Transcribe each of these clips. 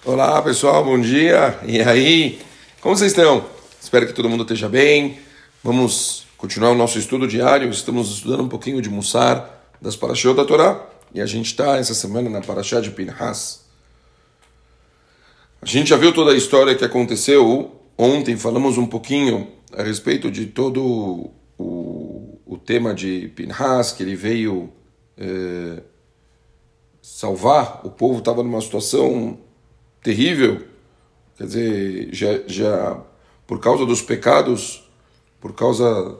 Olá pessoal, bom dia. E aí, como vocês estão? Espero que todo mundo esteja bem. Vamos continuar o nosso estudo diário. Estamos estudando um pouquinho de Mussar, das Parashot da Torá. E a gente está essa semana na Parashá de Pinhas. A gente já viu toda a história que aconteceu. Ontem falamos um pouquinho a respeito de todo o tema de Pinhas, que ele veio salvar. O povo estava numa situação terrível, quer dizer, já por causa dos pecados, por causa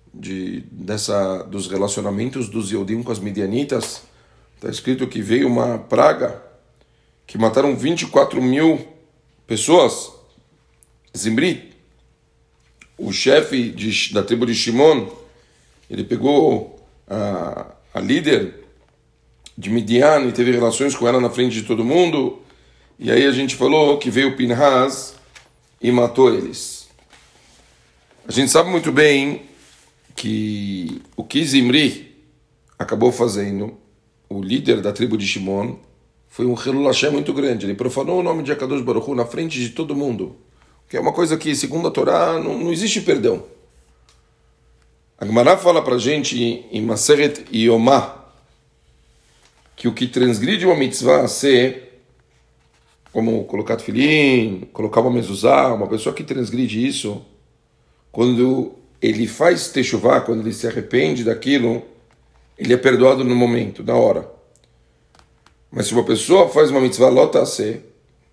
dos relacionamentos dos Yehudim com as Midianitas, está escrito que veio uma praga que mataram 24 mil pessoas. Zimri, o chefe da tribo de Shimon, ele pegou a líder de Midian e teve relações com ela na frente de todo mundo. E aí a gente falou que veio Pinhas e matou eles. A gente sabe muito bem que o que Zimri acabou fazendo, o líder da tribo de Shimon, foi um Hilul Hashem muito grande. Ele profanou o nome de Akadosh Baruch Hu na frente de todo mundo. Que é uma coisa que, segundo a Torá, não existe perdão. A Gemara fala pra gente em Maseret Yomá que o que transgride uma mitzvah a ser, como colocar tefilim, colocar uma mezuzá, uma pessoa que transgride isso, quando ele faz techuvá, quando ele se arrepende daquilo, ele é perdoado no momento, na hora. Mas se uma pessoa faz uma mitzvah lota a ser,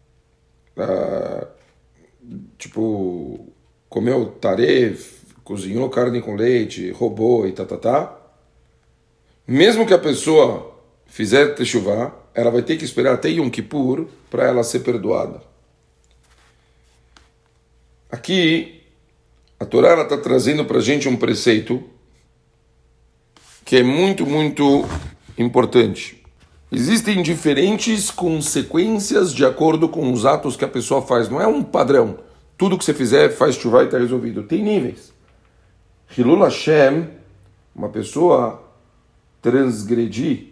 tipo, comeu taref, cozinhou carne com leite, roubou e mesmo que a pessoa fizer techuvá, ela vai ter que esperar até Yom Kippur para ela ser perdoada. Aqui, a Torá está trazendo para a gente um preceito que é muito, muito importante. Existem diferentes consequências de acordo com os atos que a pessoa faz. Não é um padrão. Tudo que você fizer, faz chuvá e está resolvido. Tem níveis. Hilul Hashem, uma pessoa transgredir,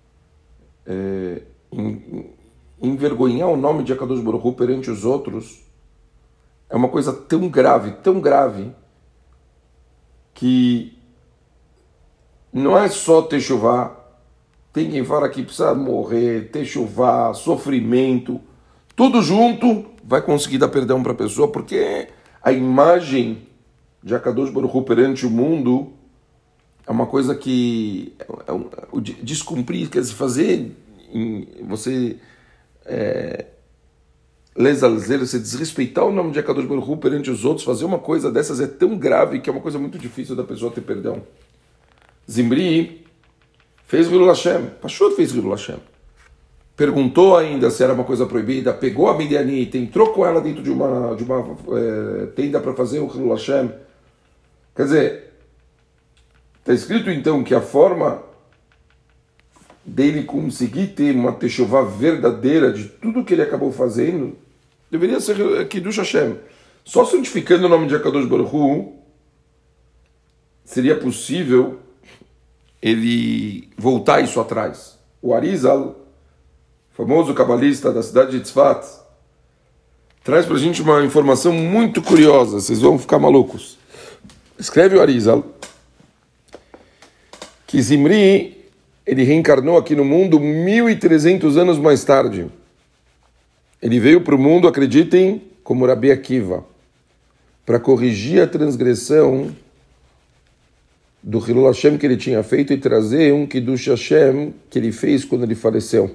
envergonhar o nome de Akadosh Baruch Hu perante os outros, é uma coisa tão grave, que não é só techuvá. Tem quem fala que precisa morrer, techuvá, sofrimento, tudo junto vai conseguir dar perdão para a pessoa, porque a imagem de Akadosh Baruch Hu perante o mundo é uma coisa que descumprir, quer dizer, fazer você lesalzer, você desrespeitar o nome de Akadosh Baruch Hu perante os outros, fazer uma coisa dessas é tão grave que é uma coisa muito difícil da pessoa ter perdão. Zimri fez Hilul Hashem, Pashut fez Hilul Hashem. Perguntou ainda se era uma coisa proibida, pegou a Midianita, entrou com ela dentro de uma tenda para fazer o Hilul Hashem. Quer dizer, está escrito então que a forma dele conseguir ter uma techuvá verdadeira de tudo que ele acabou fazendo deveria ser Kiddush Hashem. Só santificando o nome de Akadosh Baruch Hu seria possível ele voltar isso atrás. O Arizal, famoso cabalista da cidade de Tzfat, traz para a gente uma informação muito curiosa, vocês vão ficar malucos. Escreve o Arizal que Zimri, ele reencarnou aqui no mundo 1.300 anos mais tarde. Ele veio para o mundo, acreditem, como Rabi Akiva, para corrigir a transgressão do Hilul Hashem que ele tinha feito e trazer um Kiddush Hashem que ele fez quando ele faleceu.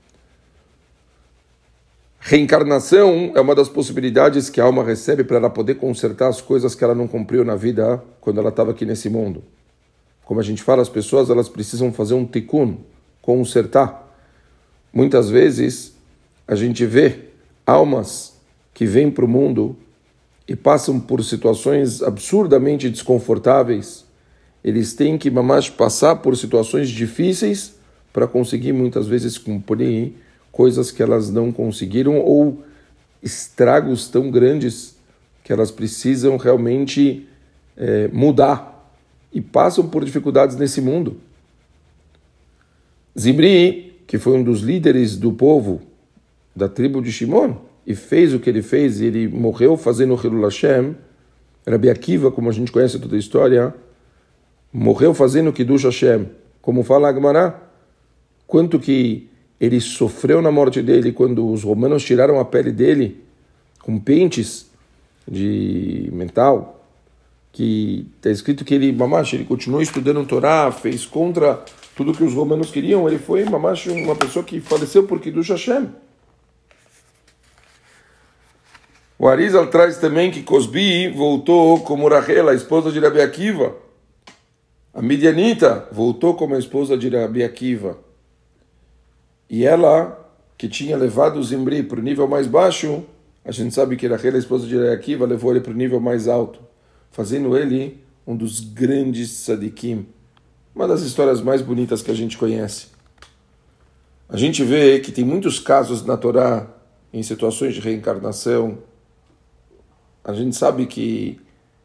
Reencarnação é uma das possibilidades que a alma recebe para ela poder consertar as coisas que ela não cumpriu na vida quando ela estava aqui nesse mundo. Como a gente fala, as pessoas elas precisam fazer um tikkun, consertar. Muitas vezes a gente vê almas que vêm para o mundo e passam por situações absurdamente desconfortáveis. Eles têm que passar por situações difíceis para conseguir muitas vezes cumprir coisas que elas não conseguiram ou estragos tão grandes que elas precisam realmente mudar. E passam por dificuldades nesse mundo. Zimri, que foi um dos líderes do povo da tribo de Shimon e fez o que ele fez, e ele morreu fazendo o Hilul Hashem. Rabi Akiva, como a gente conhece toda a história, morreu fazendo o Kiddush Hashem. Como fala a Gemara, quanto que ele sofreu na morte dele quando os romanos tiraram a pele dele com pentes de metal, que está escrito que ele continuou estudando Torá, fez contra tudo que os romanos queriam. Ele foi uma pessoa que faleceu por Kiddush Hashem. O Arizal traz também que Cosbi voltou como Rachel, a esposa de Rabi Akiva. A Midianita voltou como a esposa de Rabi Akiva. E ela, que tinha levado o Zimri para o nível mais baixo, a gente sabe que Rachel, a esposa de Rabi Akiva, levou ele para o nível mais alto, fazendo ele um dos grandes tzadikim. Uma das histórias mais bonitas que a gente conhece. A gente vê que tem muitos casos na Torá, em situações de reencarnação. A gente sabe que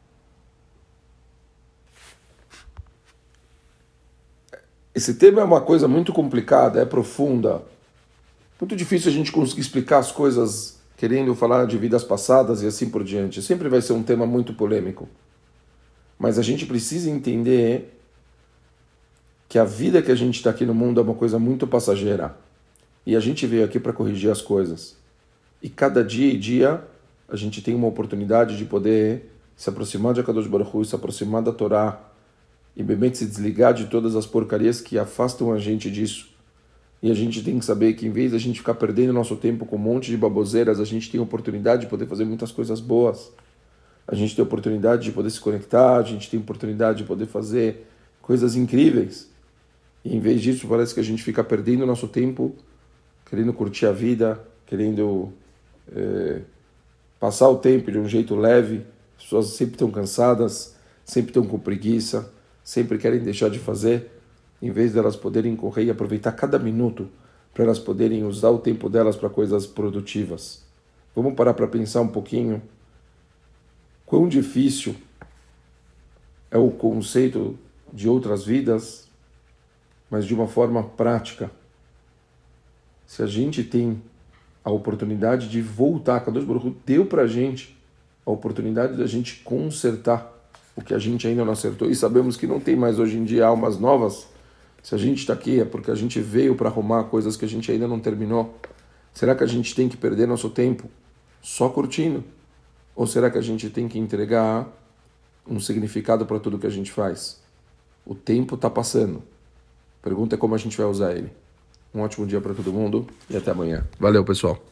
esse tema é uma coisa muito complicada, é profunda. Muito difícil a gente conseguir explicar as coisas querendo falar de vidas passadas e assim por diante. Sempre vai ser um tema muito polêmico. Mas a gente precisa entender que a vida que a gente está aqui no mundo é uma coisa muito passageira. E a gente veio aqui para corrigir as coisas. E cada dia e dia a gente tem uma oportunidade de poder se aproximar de Akadosh Baruch Hu, se aproximar da Torá e bem se desligar de todas as porcarias que afastam a gente disso. E a gente tem que saber que em vez de a gente ficar perdendo nosso tempo com um monte de baboseiras, a gente tem a oportunidade de poder fazer muitas coisas boas. A gente tem a oportunidade de poder se conectar, a gente tem a oportunidade de poder fazer coisas incríveis. E em vez disso, parece que a gente fica perdendo nosso tempo, querendo curtir a vida, querendo passar o tempo de um jeito leve. As pessoas sempre estão cansadas, sempre estão com preguiça, sempre querem deixar de fazer, em vez de elas poderem correr e aproveitar cada minuto para elas poderem usar o tempo delas para coisas produtivas. Vamos parar para pensar um pouquinho quão difícil é o conceito de outras vidas, mas de uma forma prática. Se a gente tem a oportunidade de voltar, Kadosh Baruch Hu deu para a gente a oportunidade da gente consertar o que a gente ainda não acertou, e sabemos que não tem mais hoje em dia almas novas. Se a gente está aqui é porque a gente veio para arrumar coisas que a gente ainda não terminou. Será que a gente tem que perder nosso tempo só curtindo? Ou será que a gente tem que entregar um significado para tudo que a gente faz? O tempo está passando. A pergunta é como a gente vai usar ele. Um ótimo dia para todo mundo e até amanhã. Valeu, pessoal.